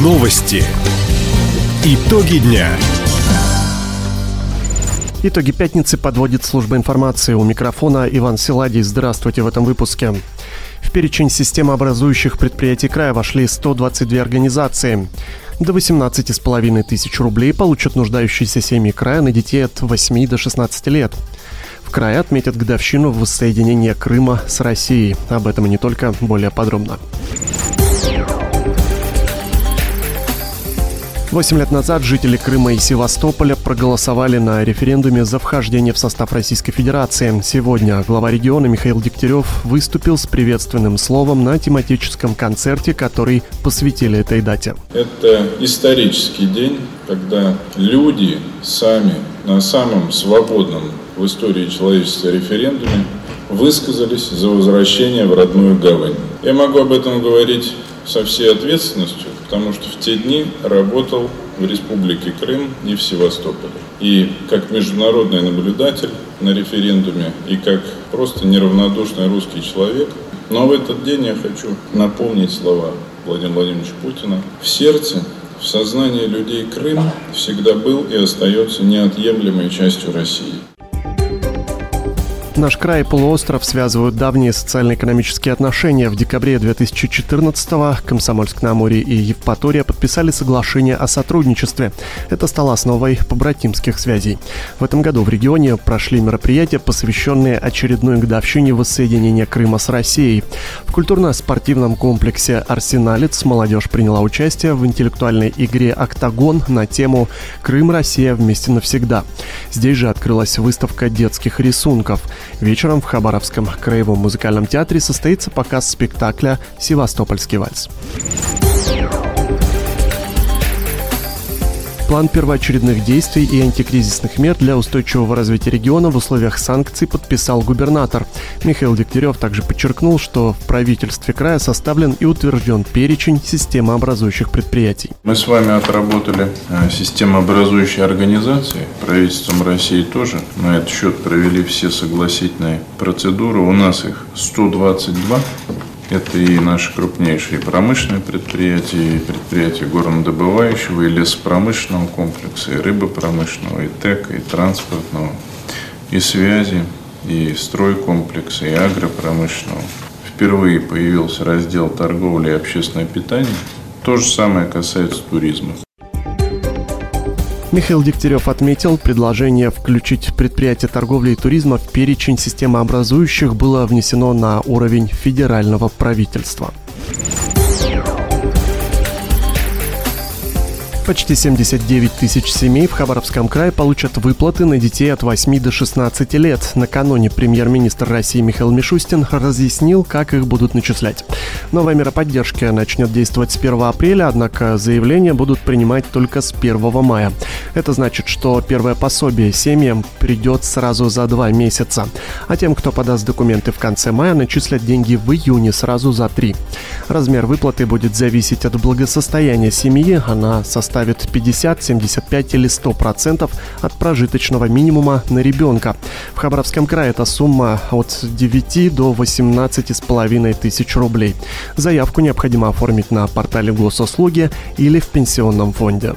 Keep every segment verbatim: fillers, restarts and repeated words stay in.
Новости. Итоги дня. Итоги пятницы подводит служба информации. У микрофона Иван Силадий. Здравствуйте в этом выпуске. В перечень системообразующих предприятий края вошли сто двадцать две организации. До восемнадцати с половиной тысяч рублей получат нуждающиеся семьи края на детей от восьми до шестнадцати лет. В крае отметят годовщину воссоединения Крыма с Россией. Об этом и не только, более подробно. Восемь лет назад жители Крыма и Севастополя проголосовали на референдуме за вхождение в состав Российской Федерации. Сегодня глава региона Михаил Дегтярев выступил с приветственным словом на тематическом концерте, который посвятили этой дате. Это исторический день, когда люди сами на самом свободном в истории человечества референдуме высказались за возвращение в родную гавань. Я могу об этом говорить со всей ответственностью, потому что в те дни работал в Республике Крым и в Севастополе. И как международный наблюдатель на референдуме, и как просто неравнодушный русский человек. Но в этот день я хочу напомнить слова Владимира Владимировича Путина. В сердце, в сознании людей Крым всегда был и остается неотъемлемой частью России. Наш край и полуостров связывают давние социально-экономические отношения. В декабре две тысячи четырнадцатого Комсомольск-на-Амуре и Евпатория подписали соглашение о сотрудничестве. Это стало основой побратимских связей. В этом году в регионе прошли мероприятия, посвященные очередной годовщине воссоединения Крыма с Россией. В культурно-спортивном комплексе «Арсеналец» молодежь приняла участие в интеллектуальной игре «Октагон» на тему «Крым, Россия вместе навсегда». Здесь же открылась выставка детских рисунков. Вечером в Хабаровском краевом музыкальном театре состоится показ спектакля «Севастопольский вальс». План первоочередных действий и антикризисных мер для устойчивого развития региона в условиях санкций подписал губернатор. Михаил Дегтярев также подчеркнул, что в правительстве края составлен и утвержден перечень системообразующих предприятий. Мы с вами отработали системообразующие организации, правительством России тоже. На этот счет провели все согласительные процедуры. У нас их сто двадцать два. Это и наши крупнейшие промышленные предприятия, и предприятия горнодобывающего, и лесопромышленного комплекса, и рыбопромышленного, и ТЭКа, и транспортного, и связи, и стройкомплекса, и агропромышленного. Впервые появился раздел торговли и общественное питание. То же самое касается туризма. Михаил Дегтярев отметил, предложение включить предприятия торговли и туризма в перечень системообразующих было внесено на уровень федерального правительства. Почти семьдесят девять тысяч семей в Хабаровском крае получат выплаты на детей от восьми до шестнадцати лет. Накануне премьер-министр России Михаил Мишустин разъяснил, как их будут начислять. Новая мера поддержки начнет действовать с первого апреля, однако заявления будут принимать только с первого мая. Это значит, что первое пособие семьям придет сразу за два месяца, а тем, кто подаст документы в конце мая, начислят деньги в июне сразу за три. Размер выплаты будет зависеть от благосостояния семьи, она составит составит пятьдесят, семьдесят пять или сто процентов от прожиточного минимума на ребенка. В Хабаровском крае эта сумма от девяти до восемнадцати с половиной тысяч рублей. Заявку необходимо оформить на портале госуслуги или в пенсионном фонде.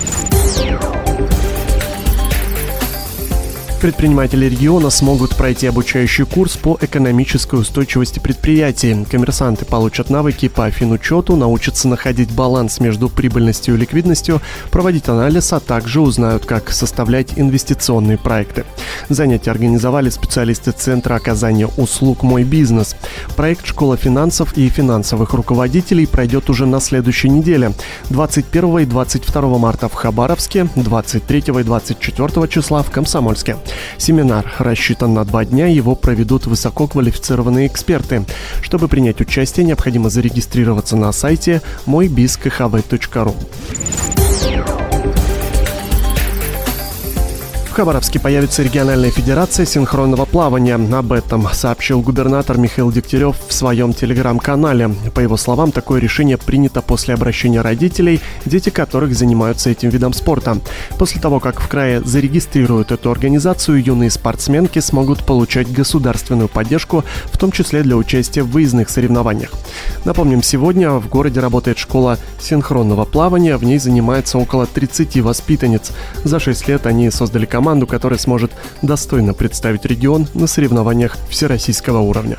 Предприниматели региона смогут пройти обучающий курс по экономической устойчивости предприятий. Коммерсанты получат навыки по финучету, научатся находить баланс между прибыльностью и ликвидностью, проводить анализ, а также узнают, как составлять инвестиционные проекты. Занятия организовали специалисты Центра оказания услуг «Мой бизнес». Проект «Школа финансов и финансовых руководителей» пройдет уже на следующей неделе. двадцать первого и двадцать второго марта в Хабаровске, двадцать третьего и двадцать четвёртого числа в Комсомольске. Семинар рассчитан на два дня, его проведут высококвалифицированные эксперты. Чтобы принять участие, необходимо зарегистрироваться на сайте мой биз ка ха вэ точка ру. В Хабаровске появится региональная федерация синхронного плавания. Об этом сообщил губернатор Михаил Дегтярев в своем телеграм-канале. По его словам, такое решение принято после обращения родителей, дети которых занимаются этим видом спорта. После того, как в крае зарегистрируют эту организацию, юные спортсменки смогут получать государственную поддержку, в том числе для участия в выездных соревнованиях. Напомним, сегодня в городе работает школа синхронного плавания. В ней занимается около тридцати воспитанниц. За шесть лет они создали команду, которая сможет достойно представить регион на соревнованиях всероссийского уровня.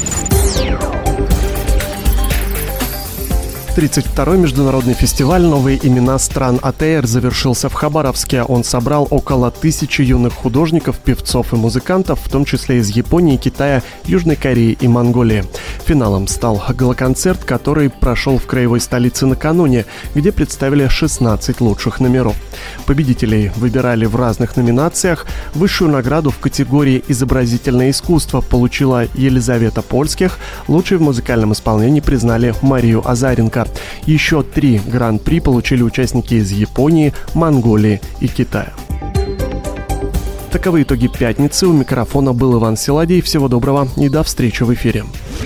тридцать второй международный фестиваль «Новые имена стран АТР» завершился в Хабаровске. Он собрал около тысячи юных художников, певцов и музыкантов, в том числе из Японии, Китая, Южной Кореи и Монголии. Финалом стал гала-концерт, который прошел в краевой столице накануне, где представили шестнадцать лучших номеров. Победителей выбирали в разных номинациях. Высшую награду в категории «Изобразительное искусство» получила Елизавета Польских. Лучшей в музыкальном исполнении признали Марию Азаренко. Еще три гран-при получили участники из Японии, Монголии и Китая. Таковы итоги пятницы. У микрофона был Иван Силадий. Всего доброго и до встречи в эфире.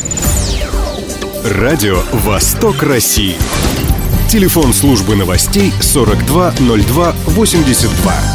Радио «Восток России». Телефон службы новостей сорок два ноль два восемьдесят два.